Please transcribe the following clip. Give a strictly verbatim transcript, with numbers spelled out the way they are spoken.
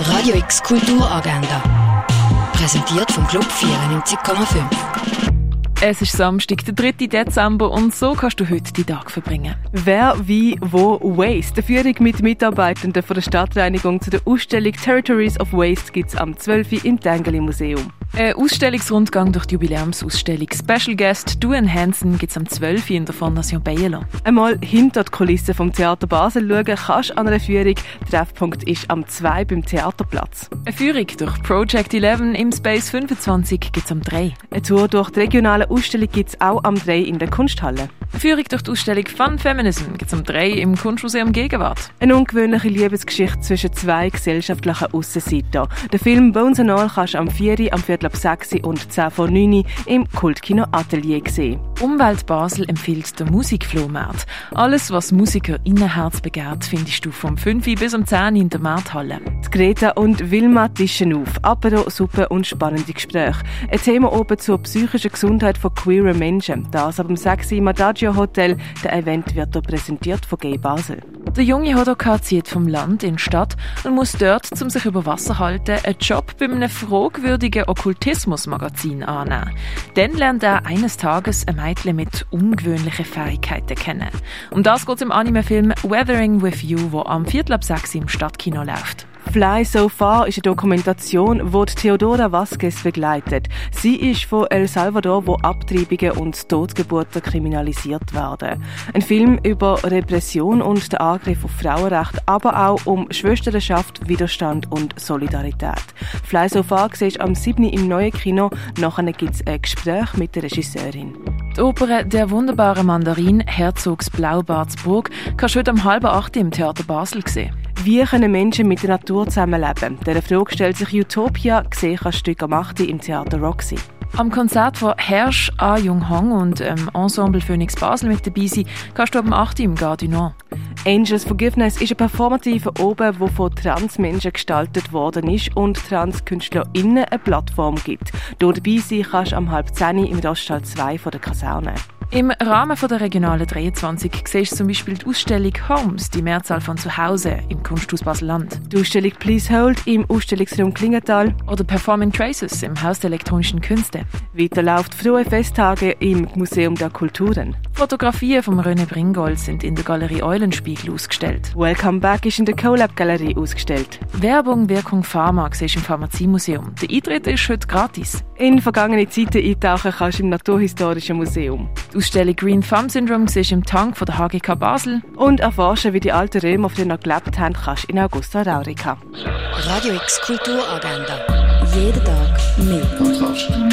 Radio X Kulturagenda. Präsentiert vom Club vierundneunzig Komma fünf. Es ist Samstag, der dritte Dezember, und so kannst du heute die Tag verbringen. Wer, wie, wo, Waste. Die Führung mit Mitarbeitenden von der Stadtreinigung zu der Ausstellung Territories of Waste gibt es am zwölften im Tengeli Museum. Ein Ausstellungsrundgang durch die Jubiläumsausstellung Special Guest Duane Hansen gibt es am zwölften in der Fondation Bayerlo. Einmal hinter die Kulissen vom Theater Basel schauen kannst an einer Führung. Der Treffpunkt ist am zwei beim Theaterplatz. Eine Führung durch Project elf im Space fünfundzwanzig gibt es am drei. Eine Tour durch die regionale Ausstellung gibt es auch am drei in der Kunsthalle. Eine Führung durch die Ausstellung Fun Feminism gibt es am drei im Kunstmuseum Gegenwart. Eine ungewöhnliche Liebesgeschichte zwischen zwei gesellschaftlichen Aussenseitern. Den Film Bones and All kannst du am vier, am Viertel ab sechs und zehn vor neun im Kultkino Atelier sehen. Umwelt Basel empfiehlt den Musikflohmarkt. Alles, was Musiker Innenherz begehrt, findest du vom fünf bis um zehn in der Markthalle. Die Greta und Wilma tischen auf. Apero, Suppe und spannende Gespräche. Ein Thema oben zur psychischen Gesundheit von queeren Menschen. Das ab um sechs im Adagio Hotel. Der Event wird hier präsentiert von Gay Basel. Der junge Hodoka zieht vom Land in die Stadt und muss dort, um sich über Wasser zu halten, einen Job bei einem fragwürdigen Okkultismus-Magazin annehmen. Dann lernt er eines Tages ein Mädchen mit ungewöhnlichen Fähigkeiten kennen. Um das geht es im Anime-Film Weathering with You, der am Viertel ab sechs im Stadtkino läuft. Fly So Far ist eine Dokumentation, die Theodora Vasquez begleitet. Sie ist von El Salvador, wo Abtreibungen und Totgeburten kriminalisiert werden. Ein Film über Repression und den Angriff auf Frauenrechte, aber auch um Schwesternschaft, Widerstand und Solidarität. Fly So Far siehst du am siebten im neuen Kino. Nachher gibt es ein Gespräch mit der Regisseurin. Die Oper «Der wunderbare Mandarin» Herzogs Blaubartsburg kannst du heute um halb acht im Theater Basel sehen. Wie können Menschen mit der Natur zusammenleben? Dieser Frage stellt sich Utopia, gesehen kannst du am achten im Theater Roxy. Am Konzert von Hersch, A. Jung Hong und ähm, Ensemble Phoenix Basel mit dabei sein, kannst du am achten im Gare du Nord. Angels Forgiveness ist ein performativer Oben, der von Transmenschen gestaltet worden ist und TranskünstlerInnen eine Plattform gibt. Dort dabei sein kannst du am halb zehn im Roststall zwei von der Kaserne. Im Rahmen der Regionalen dreiundzwanzig siehst du zum Beispiel die Ausstellung Homes, die Mehrzahl von Zuhause im Kunsthaus Basel-Land. Die Ausstellung Please Hold im Ausstellungsraum Klingenthal. Oder Performing Traces im Haus der elektronischen Künste. Weiter läuft Frohe Festtage im Museum der Kulturen. Fotografien von René Bringold sind in der Galerie Eulenspiegel ausgestellt. Welcome Back ist in der CoLab-Galerie ausgestellt. Werbung, Wirkung, Pharma siehst du im Pharmaziemuseum. Der Eintritt ist heute gratis. In vergangene Zeiten eintauchen kannst du im Naturhistorischen Museum. Die Ausstellung Green Thumb Syndrome siehst du im Tank von der H G K Basel. Und erforschen, wie die alten Römer auf denen gelebt haben, kannst du in Augusta Raurica. Radio X Kulturagenda. Jeden Tag mehr.